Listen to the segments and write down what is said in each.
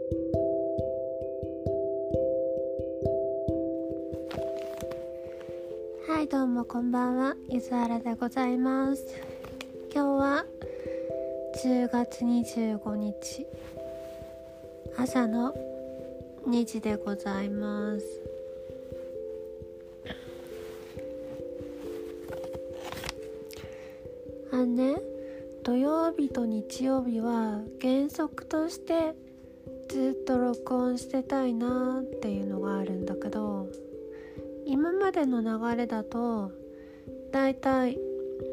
はいどうもこんばんは、ゆずはらでございます。今日は10月25日朝の2時でございます。土曜日と日曜日は原則としてずっと録音してたいなっていうのがあるんだけど、今までの流れだとだいたい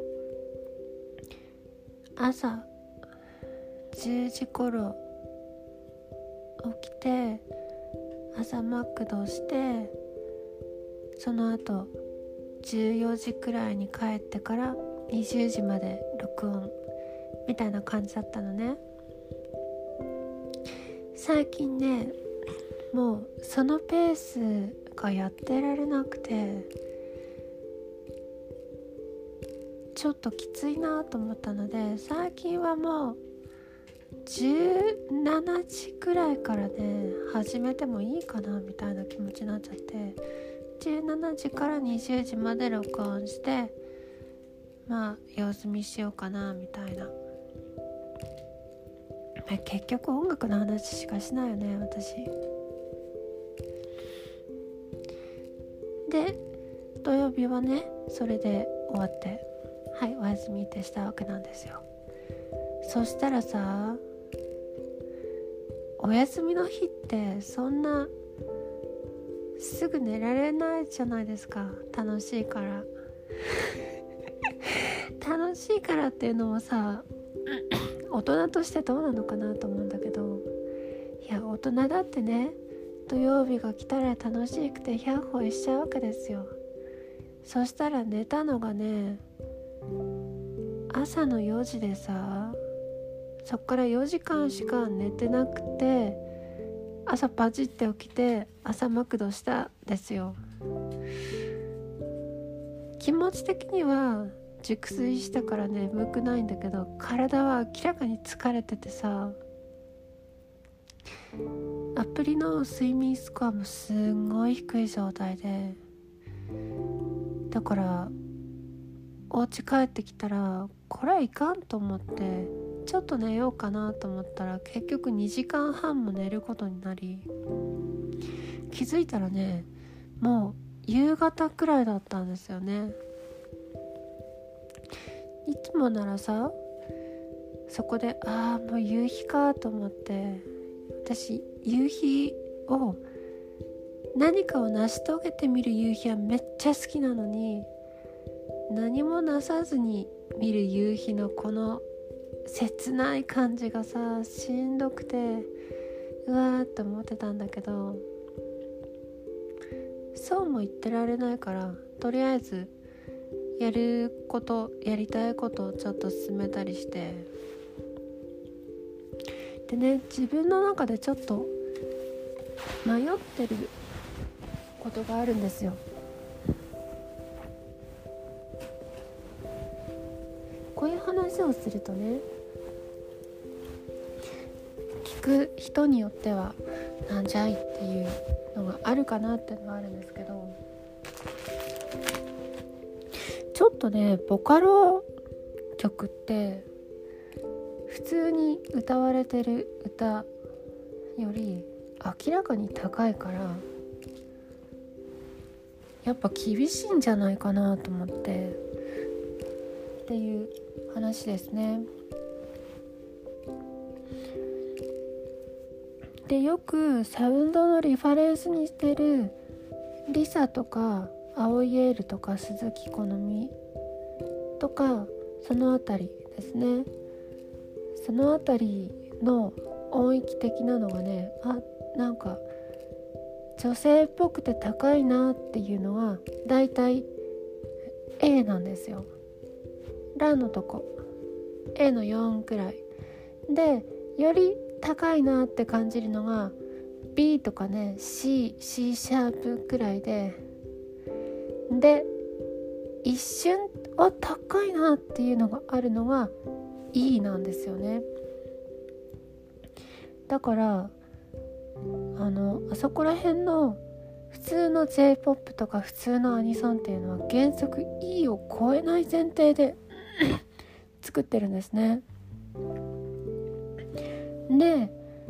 朝10時頃起きて朝マクドして、その後14時くらいに帰ってから20時まで録音みたいな感じだったのね。最近ね、もうそのペースがやってられなくてちょっときついなと思ったので、最近はもう17時くらいからね始めてもいいかなみたいな気持ちになっちゃって、17時から20時まで録音して、様子見しようかなみたいな。結局音楽の話しかしないよね私で。土曜日はねそれで終わって、はいお休みってしたわけなんですよ。そしたらさ、お休みの日ってそんなすぐ寝られないじゃないですか。楽しいから楽しいからっていうのもさ大人としてどうなのかなと思うんだけど、いや大人だってね、土曜日が来たら楽しくてヒャッホイしちゃうわけですよ。そしたら寝たのがね朝の4時でさ、そっから4時間しか寝てなくて、朝パチって起きて朝マクドしたんですよ。気持ち的には熟睡したからね眠くないんだけど、体は明らかに疲れててさ、アプリの睡眠スコアもすんごい低い状態で、だからお家帰ってきたらこれはいかんと思ってちょっと寝ようかなと思ったら、結局2時間半も寝ることになり、気づいたらねもう夕方くらいだったんですよね。いつもならさそこでもう夕日かと思って、私夕日を何かを成し遂げてみる夕日はめっちゃ好きなのに、何もなさずに見る夕日のこの切ない感じがさしんどくてうわーって思ってたんだけど、そうも言ってられないから、とりあえずやりたいことをちょっと進めたりして、でね、自分の中でちょっと迷ってることがあるんですよ。こういう話をするとね、聞く人によってはなんじゃいっていうのがあるかなっていうのがあるんですけど、ちょっとねボカロ曲って普通に歌われてる歌より明らかに高いから、やっぱ厳しいんじゃないかなと思ってっていう話ですね。でよくサウンドのリファレンスにしてるリサとか青いエールとか鈴木好美とかそのあたりですね、そのあたりの音域的なのがね、なんか女性っぽくて高いなっていうのはだいたい A なんですよ。ラのとこ A の4くらいで、より高いなって感じるのが B とかね C シャープくらいで一瞬高いなっていうのがあるのが E なんですよね。だからあそこら辺の普通の J-POP とか普通のアニソンっていうのは原則 E を超えない前提で作ってるんですね。で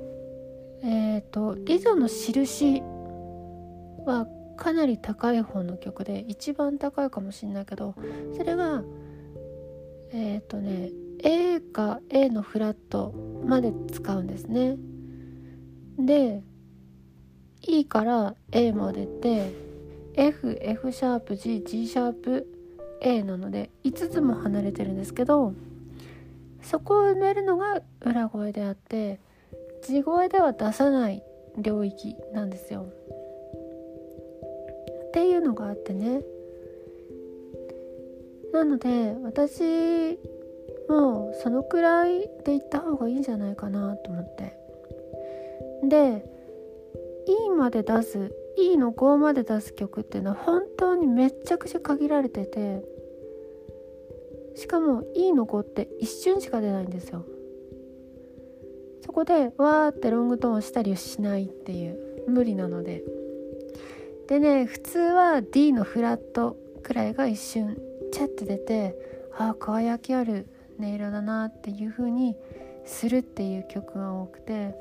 リゾの印はかなり高い方の曲で、一番高いかもしれないけど、それがA か A のフラットまで使うんですね。で E から A までって F、F シャープ、G、G シャープ、A なので5つも離れてるんですけど、そこを埋めるのが裏声であって地声では出さない領域なんですよっていうのがあってね。なので私もそのくらいでいった方がいいんじゃないかなと思って、で E まで出す E の5まで出す曲っていうのは本当にめちゃくちゃ限られてて、しかも E の5って一瞬しか出ないんですよ。そこでわーってロングトーンをしたりしないっていう、無理なので。でね、普通は D のフラットくらいが一瞬チャッて出て、輝きある音色だなっていう風にするっていう曲が多くて、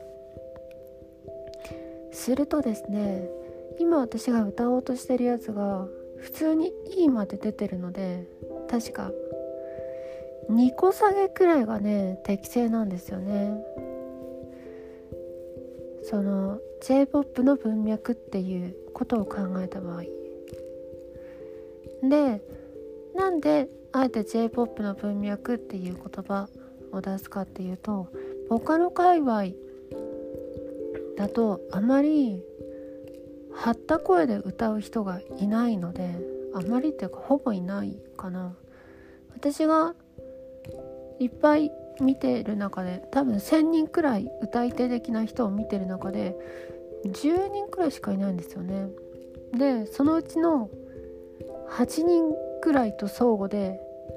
するとですね、今私が歌おうとしてるやつが普通に E まで出てるので、確か2個下げくらいがね適正なんですよね。その J-POP の文脈っていうことを考えた場合で、なんであえて J-POP の文脈っていう言葉を出すかっていうと、ボカロ界隈だとあまり張った声で歌う人がいないので、あまりっていうかほぼいないかな。私がいっぱい見てる中で多分1000人くらい歌い手的な人を見てる中で10人くらいしかいないんですよね。でそのうちの8人くらいと相互で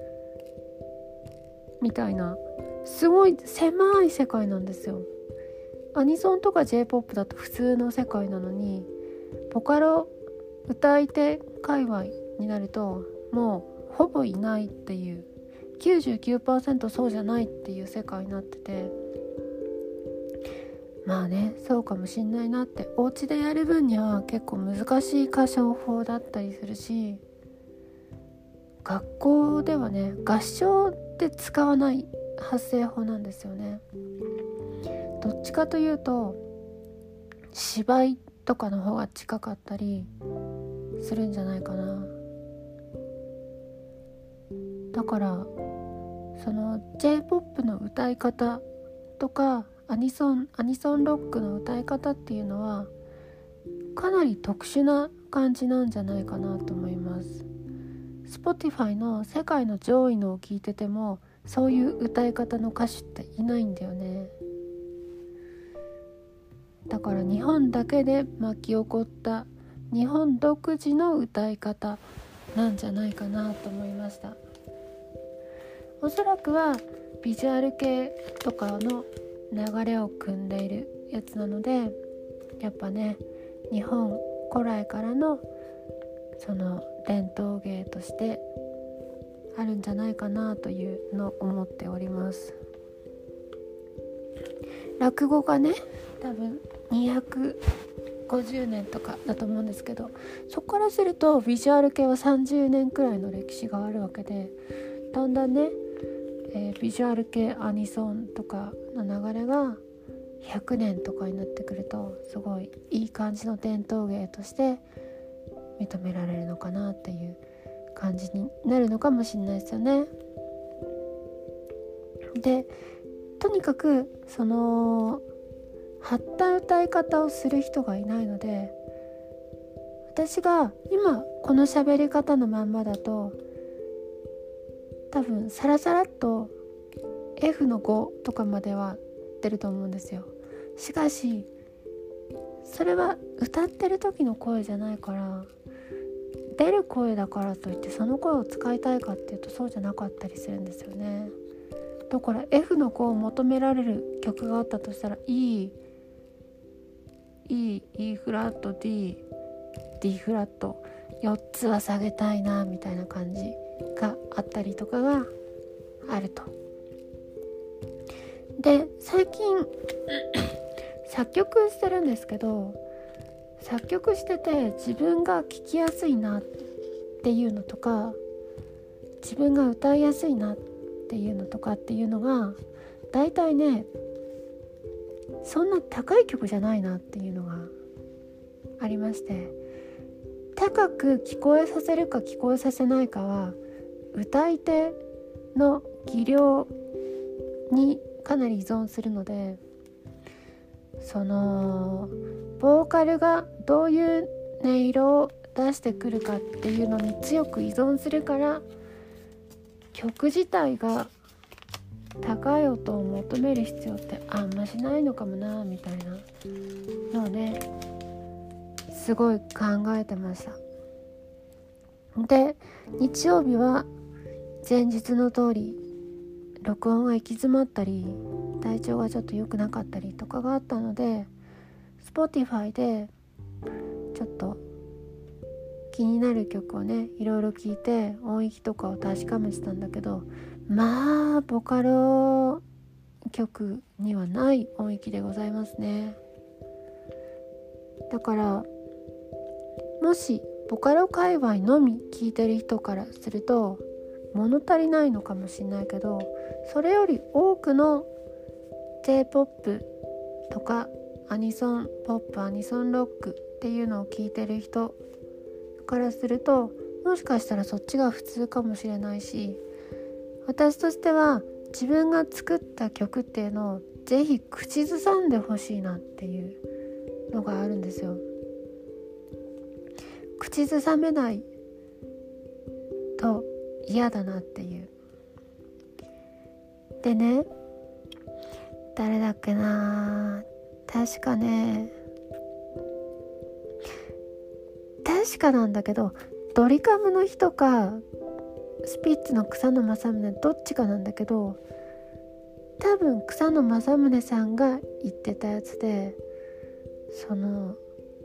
みたいな、すごい狭い世界なんですよ。アニソンとか J-POP だと普通の世界なのに、ボカロ歌い手界隈になるともうほぼいないっていう、99% そうじゃないっていう世界になってて、まあね、そうかもしんないなって。お家でやる分には結構難しい歌唱法だったりするし、学校ではね合唱で使わない発声法なんですよね。どっちかというと芝居とかの方が近かったりするんじゃないかな。だからその J-POP の歌い方とかアニソンロックの歌い方っていうのはかなり特殊な感じなんじゃないかなと思います。 Spotify の世界の上位のを聞いててもそういう歌い方の歌手っていないんだよね。だから日本だけで巻き起こった日本独自の歌い方なんじゃないかなと思いました。おそらくはビジュアル系とかの流れを組んでいるやつなので、やっぱね日本古来からのその伝統芸としてあるんじゃないかなというのを思っております。落語がね多分250年とかだと思うんですけど、そこからするとビジュアル系は30年くらいの歴史があるわけで、だんだんね、ビジュアル系アニソンとかの流れが100年とかになってくるとすごいいい感じの伝統芸として認められるのかなっていう感じになるのかもしれないですよね。でとにかくその張った歌い方をする人がいないので、私が今この喋り方のまんまだと多分サラサラっと F の5とかまでは出ると思うんですよ。しかしそれは歌ってる時の声じゃないから、出る声だからといってその声を使いたいかっていうとそうじゃなかったりするんですよね。だから F の5を求められる曲があったとしたら E Eフラット Dフラット4つは下げたいなみたいな感じがあったりとかがあると。で最近作曲してるんですけど、作曲してて自分が聴きやすいなっていうのとか、自分が歌いやすいなっていうのとかっていうのがだいたいね、そんな高い曲じゃないなっていうのがありまして、高く聞こえさせるか聞こえさせないかは歌い手の技量にかなり依存するので、そのボーカルがどういう音色を出してくるかっていうのに強く依存するから、曲自体が高い音を求める必要ってあんましないのかもなみたいなのをね、すごい考えてました。で日曜日は前日の通り録音が行き詰まったり体調がちょっと良くなかったりとかがあったので、 Spotify でちょっと気になる曲をねいろいろ聞いて音域とかを確かめてたんだけど、まあボカロ曲にはない音域でございますね。だからもしボカロ界隈のみ聴いてる人からすると物足りないのかもしれないけど、それより多くの J-POP とかアニソンポップ、アニソンロックっていうのを聴いてる人からすると、もしかしたらそっちが普通かもしれないし、私としては自分が作った曲っていうのをぜひ口ずさんでほしいなっていうのがあるんですよ。口ずさめないと嫌だなっていう。でね、誰だっけな、確かなんだけど、ドリカムの人かスピッツの草野正宗どっちかなんだけど、多分草野正宗さんが言ってたやつで、その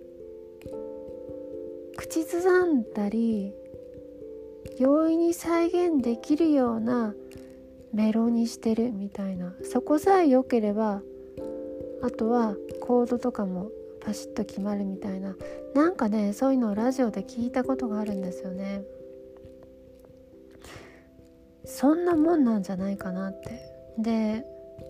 口ずさんだり容易に再現できるようなメロにしてるみたいな、そこさえ良ければあとはコードとかもパシッと決まるみたいな、なんかねそういうのをラジオで聞いたことがあるんですよね。そんなもんなんじゃないかなって。で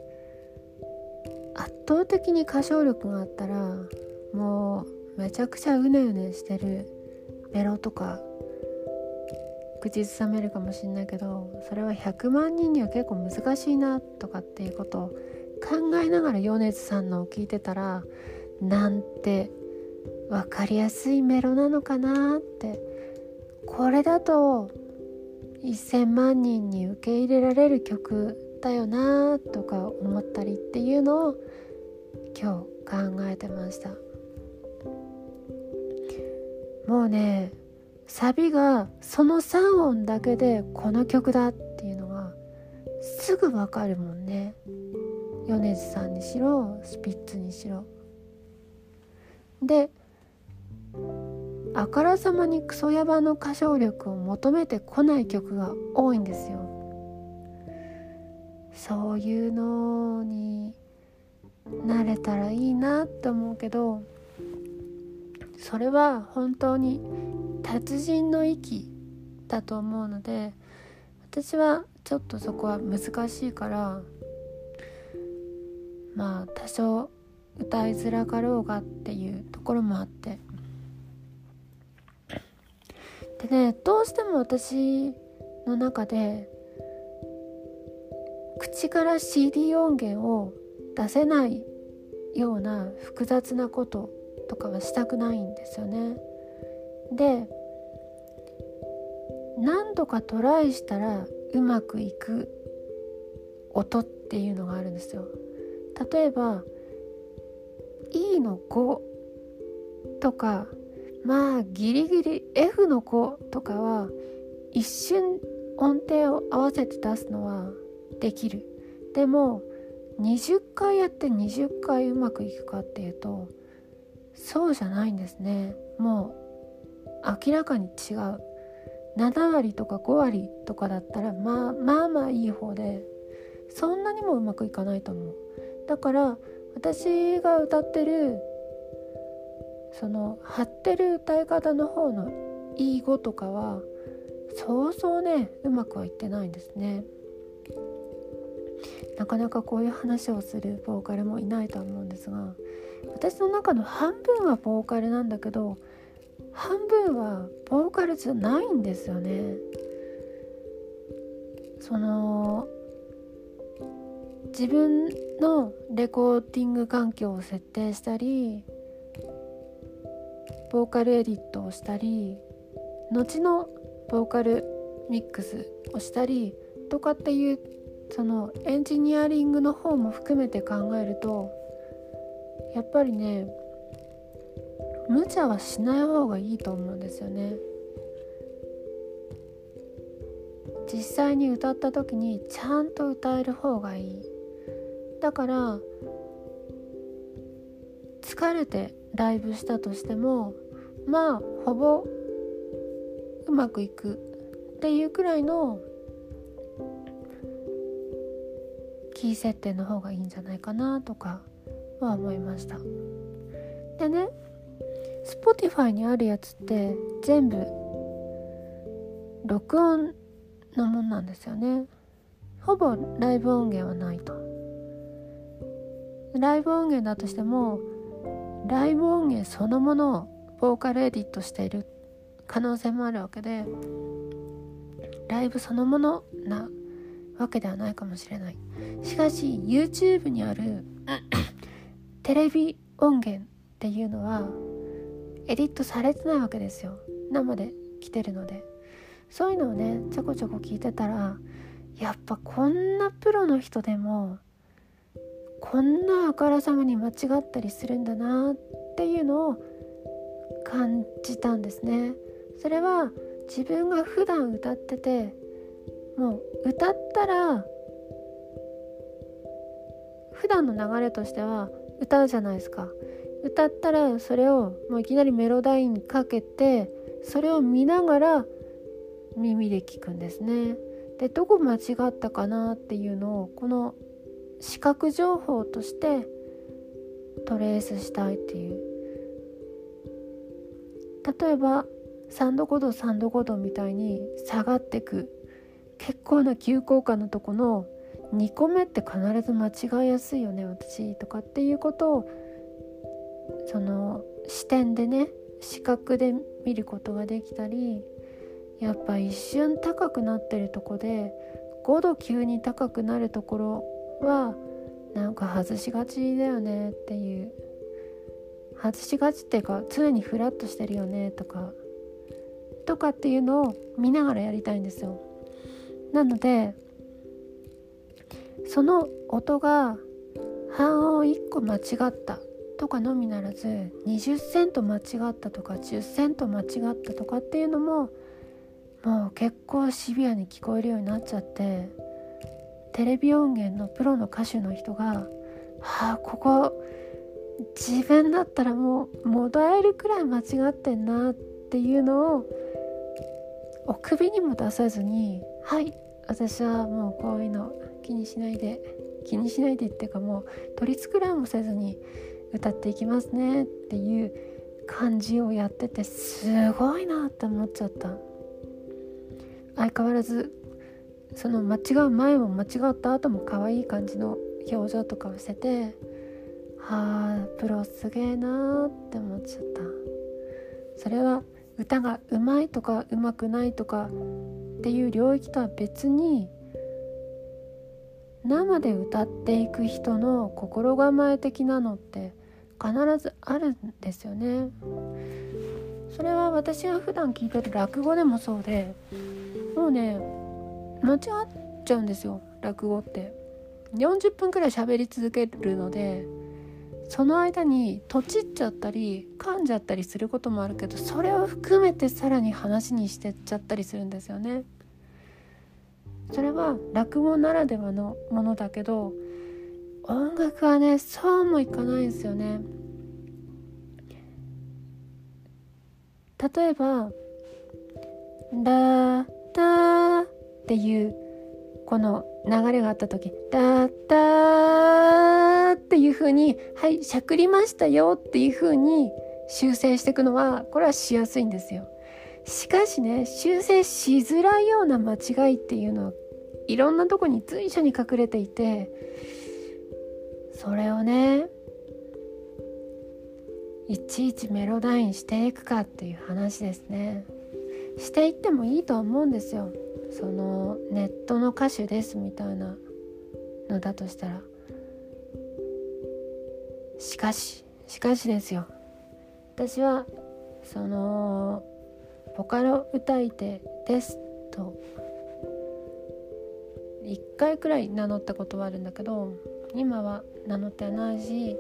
圧倒的に歌唱力があったらもうめちゃくちゃうねうねしてるメロとか口ずさめるかもしれないけど、それは100万人には結構難しいなとかっていうことを考えながら米津さんのを聞いてたら、なんて分かりやすいメロなのかなって、これだと1000万人に受け入れられる曲だよなとか思ったりっていうのを今日考えてました。もうね、サビがその3音だけでこの曲だっていうのがすぐわかるもんね。米津さんにしろスピッツにしろ。であからさまにクソヤバの歌唱力を求めてこない曲が多いんですよ。そういうのになれたらいいなって思うけど、それは本当に達人の域だと思うので、私はちょっとそこは難しいから、まあ多少歌いづらかろうがっていうところもあって、でね、どうしても私の中で口から CD 音源を出せないような複雑なこととかはしたくないんですよね。で何度かトライしたらうまくいく音っていうのがあるんですよ。例えば E の5とか、まあギリギリ F の5とかは一瞬音程を合わせて出すのはできる。でも20回やって20回うまくいくかっていうとそうじゃないんですね。もう明らかに違う。7割とか5割とかだったらまあいい方で、そんなにもうまくいかないと思う。だから私が歌ってるその張ってる歌い方の方のいい語とかはそうねうまくはいってないんですね。なかなかこういう話をするボーカルもいないと思うんですが、私の中の半分はボーカルなんだけど、半分はボーカルじゃないんですよね。その自分のレコーディング環境を設定したり、ボーカルエディットをしたり、後のボーカルミックスをしたりとかっていう、そのエンジニアリングの方も含めて考えると、やっぱりね、無茶はしない方がいいと思うんですよね。実際に歌った時にちゃんと歌える方がいい。だから疲れてライブしたとしても、まあほぼうまくいくっていうくらいのキー設定の方がいいんじゃないかなとかは思いました。でね、Spotify にあるやつって全部録音のもんなんですよね。ほぼライブ音源はないと。ライブ音源だとしても、ライブ音源そのものをボーカルエディットしている可能性もあるわけで、ライブそのものなわけではないかもしれない。しかし YouTube にあるテレビ音源っていうのはエディットされてないわけですよ。生で来てるので。そういうのをねちょこちょこ聞いてたら、やっぱこんなプロの人でもこんなあからさまに間違ったりするんだなっていうのを感じたんですね。それは自分が普段歌ってて、もう歌ったら普段の流れとしては歌うじゃないですか。歌ったらそれをもういきなりメロダインかけて、それを見ながら耳で聞くんですね。で、どこ間違ったかなっていうのをこの視覚情報としてトレースしたいっていう。例えば3度5度3度5度みたいに下がってく結構な急降下のとこの2個目って必ず間違いやすいよね私とかっていうことを、その視点でね、視覚で見ることができたり、やっぱ一瞬高くなってるとこで5度急に高くなるところはなんか外しがちだよねっていう、外しがちっていうか常にフラットしてるよねとかっていうのを見ながらやりたいんですよ。なのでその音が半音1個間違ったとかのみならず、20セント間違ったとか10セント間違ったとかっていうのももう結構シビアに聞こえるようになっちゃって、テレビ音源のプロの歌手の人がここ自分だったらもうもだえるくらい間違ってんなっていうのをお首にも出さずに、はい私はもうこういうの気にしないでっていうか、もう取り繕いもせずに歌っていきますねっていう感じをやってて、すごいなって思っちゃった。相変わらずその間違う前も間違った後も可愛い感じの表情とかをしてて、プロすげえなって思っちゃった。それは歌がうまいとかうまくないとかっていう領域とは別に、生で歌っていく人の心構え的なのって必ずあるんですよね。それは私が普段聞いてる落語でもそうで、もうね間違っちゃうんですよ。落語って40分くらい喋り続けるので、その間にとちっちゃったり噛んじゃったりすることもあるけど、それを含めてさらに話にしてっちゃったりするんですよね。それは落語ならではのものだけど、音楽はねそうもいかないんですよね。 例えばラタっていうこの流れがあった時、ラタっていう風に、はいしゃくりましたよっていう風に修正していくのは、これはしやすいんですよ。しかしね、修正しづらいような間違いっていうのはいろんなとこに随所に隠れていて、それをねいちいちメロダインしていくかっていう話ですね。していってもいいと思うんですよ。そのネットの歌手ですみたいなのだとしたら。しかしですよ、私はそのボカロ歌い手ですと1回くらい名乗ったことはあるんだけど、今は名乗ってはないし、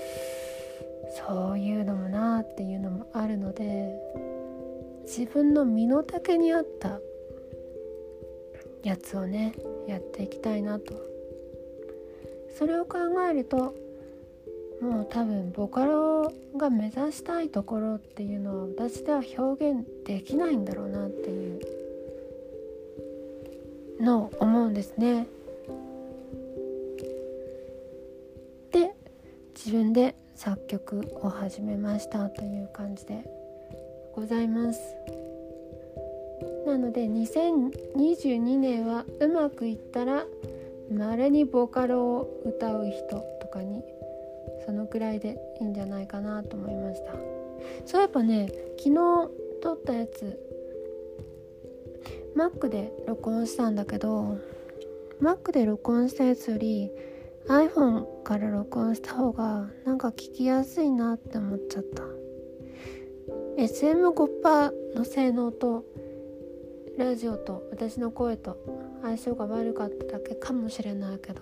そういうのもなっていうのもあるので、自分の身の丈に合ったやつをねやっていきたいなと。それを考えると、もう多分ボカロが目指したいところっていうのは私では表現できないんだろうなっていうのを思うんですね。で、自分で作曲を始めましたという感じでございます。なので2022年はうまくいったら稀にボカロを歌う人とかにそのくらいでいいんじゃないかなと思いました。そういえばね、昨日撮ったやつ Mac で録音したんだけど、 Mac で録音したやつより iPhone から録音した方がなんか聞きやすいなって思っちゃった。 SM5% の性能とラジオと私の声と相性が悪かっただけかもしれないけど、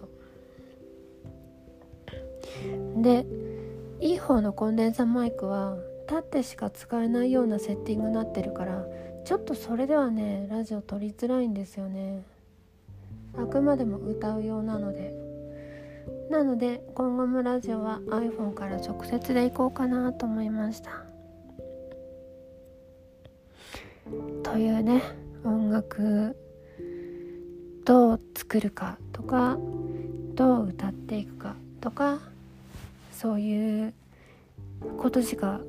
でいい方のコンデンサマイクは立ってしか使えないようなセッティングになってるから、ちょっとそれではねラジオ撮りづらいんですよね。あくまでも歌う用なので今後もラジオは iPhone から直接でいこうかなと思いました。というね、音楽どう作るかとかどう歌っていくかとか、そういうことしか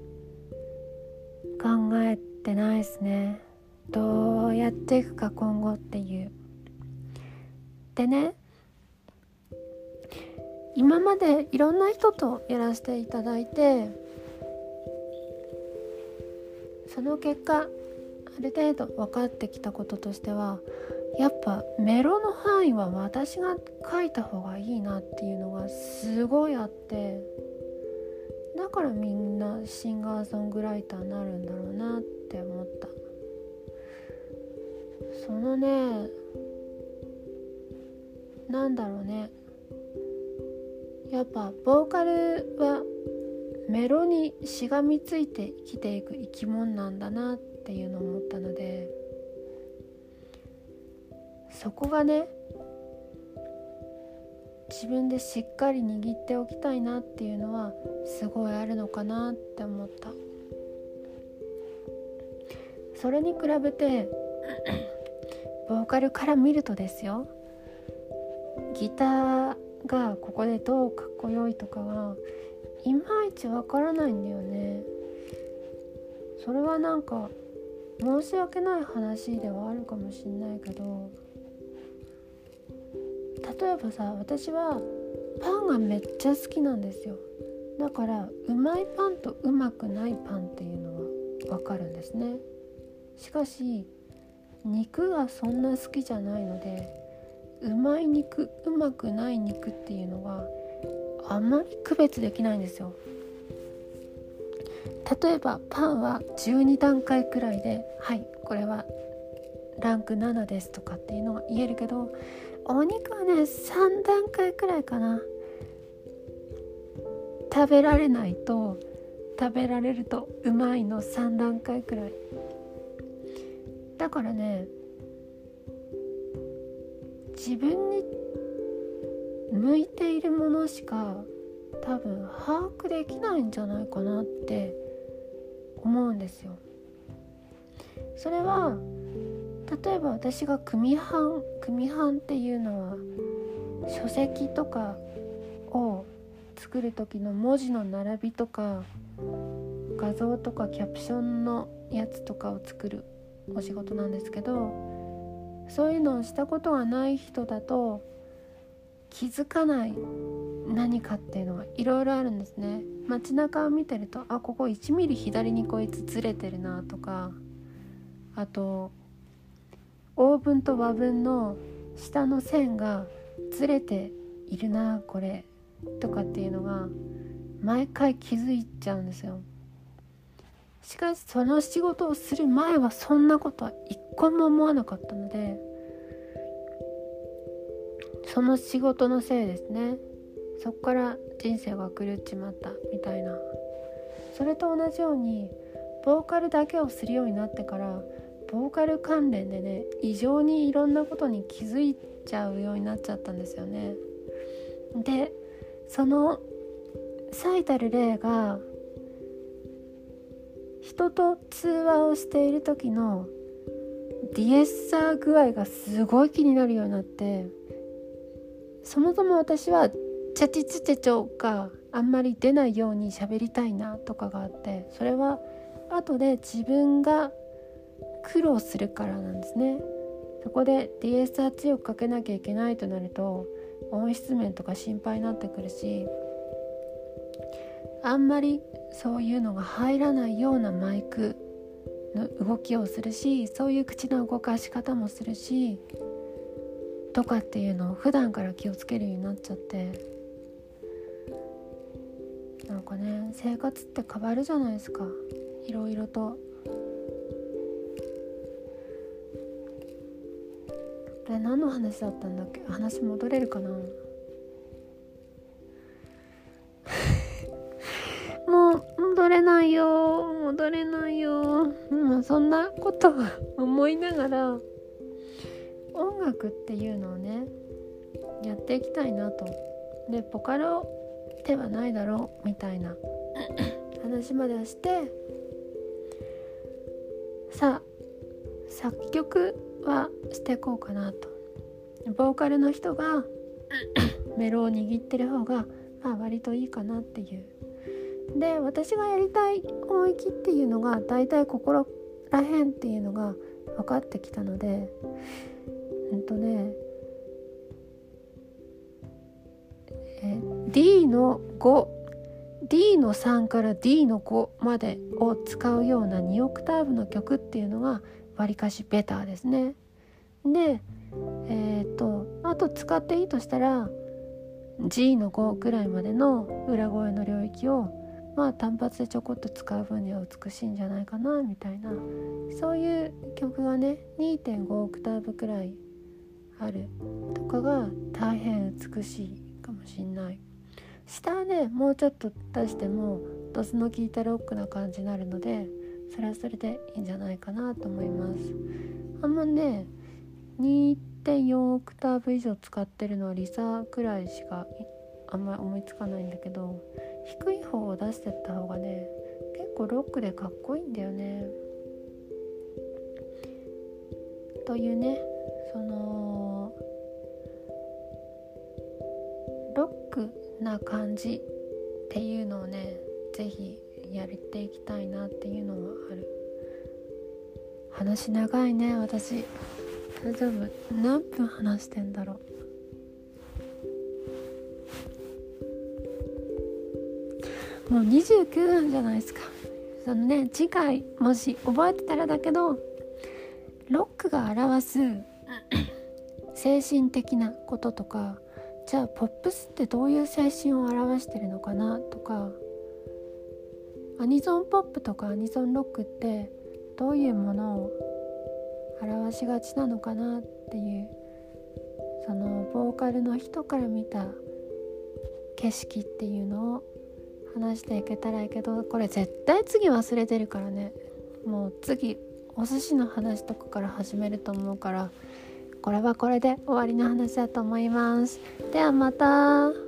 考えてないですね。どうやっていくか今後っていう。でね、今までいろんな人とやらせていただいて、その結果ある程度分かってきたこととしては、やっぱメロの範囲は私が書いた方がいいなっていうのがすごいあって、だからみんなシンガーソングライターになるんだろうなって思った。そのね、なんだろうね、やっぱボーカルはメロにしがみついて生きていく生き物なんだなっていうのを思ったので、そこがね自分でしっかり握っておきたいなっていうのはすごいあるのかなって思った。それに比べてボーカルから見るとですよ、ギターがここでどうかっこよいとかはいまいちわからないんだよね。それはなんか申し訳ない話ではあるかもしれないけど、例えばさ、私はパンがめっちゃ好きなんですよ。だからうまいパンとうまくないパンっていうのはわかるんですね。しかし肉がそんな好きじゃないので、うまい肉うまくない肉っていうのがあんまり区別できないんですよ。例えばパンは12段階くらいで、はいこれはランク7ですとかっていうのが言えるけど、お肉はね3段階くらいかな。食べられないと食べられるとうまいの3段階くらいだからね、自分に向いているものしか多分把握できないんじゃないかなって思うんですよ。 それは例えば私が組版っていうのは書籍とかを作る時の文字の並びとか画像とかキャプションのやつとかを作るお仕事なんですけど、そういうのをしたことがない人だと気づかない何かっていうのがいろいろあるんですね。街中を見てると、ここ1ミリ左にこいつずれてるなとか、あと欧文と和文の下の線がずれているなこれとかっていうのが毎回気づいちゃうんですよ。しかしその仕事をする前はそんなことは一個も思わなかったので、その仕事のせいですね。そこから人生が狂っちまったみたいな。それと同じようにボーカルだけをするようになってから、ボーカル関連でね、異常にいろんなことに気づいちゃうようになっちゃったんですよね。で、その最たる例が、人と通話をしている時のディエッサー具合がすごい気になるようになって、そもそも私はチャチチチェチョがあんまり出ないように喋りたいなとかがあって、それは後で自分が苦労するからなんですね。そこでディエッサー強くかけなきゃいけないとなると音質面とか心配になってくるし、あんまりそういうのが入らないようなマイクの動きをするし、そういう口の動かし方もするしとかっていうのを普段から気をつけるようになっちゃって、なんかね、生活って変わるじゃないですか、いろいろと。で、何の話だったんだっけ。話戻れるかなもう戻れないよ。そんなことを思いながら音楽っていうのをねやっていきたいなと。で、ボカロではないだろうみたいな話まではして、さあ作曲はしていこうかなと。ボーカルの人がメロを握ってる方が割といいかなっていう。で、私がやりたい音域っていうのがだいたいここら辺っていうのが分かってきたので、D の5、D の3から D の5までを使うような2オクターブの曲っていうのがわりかしベターですね。で、あと使っていいとしたら G の5ぐらいまでの裏声の領域を単発でちょこっと使う分には美しいんじゃないかなみたいな、そういう曲がね 2.5 オクターブくらいあるとかが大変美しいかもしんない。下はねもうちょっと出してもドスの効いたロックな感じになるので、それはそれでいいんじゃないかなと思います。あんまね 2.4 オクターブ以上使ってるのはリサくらいしかあんまり思いつかないんだけど、低い方を出してった方がね結構ロックでかっこいいんだよね。というね、そのロックな感じっていうのをねぜひやっていきたいなっていうのはある。話長いね私。大丈夫？何分話してんだろう。もう29分じゃないですか。そのね、次回もし覚えてたらだけど、ロックが表す精神的なこととか、じゃあポップスってどういう精神を表してるのかなとか、アニソンポップとかアニソンロックってどういうものを表しがちなのかなっていう、そのボーカルの人から見た景色っていうのを話していけたらいいけど、これ絶対次忘れてるからね。もう次お寿司の話とかから始めると思うから、これはこれで終わりの話だと思います。ではまた。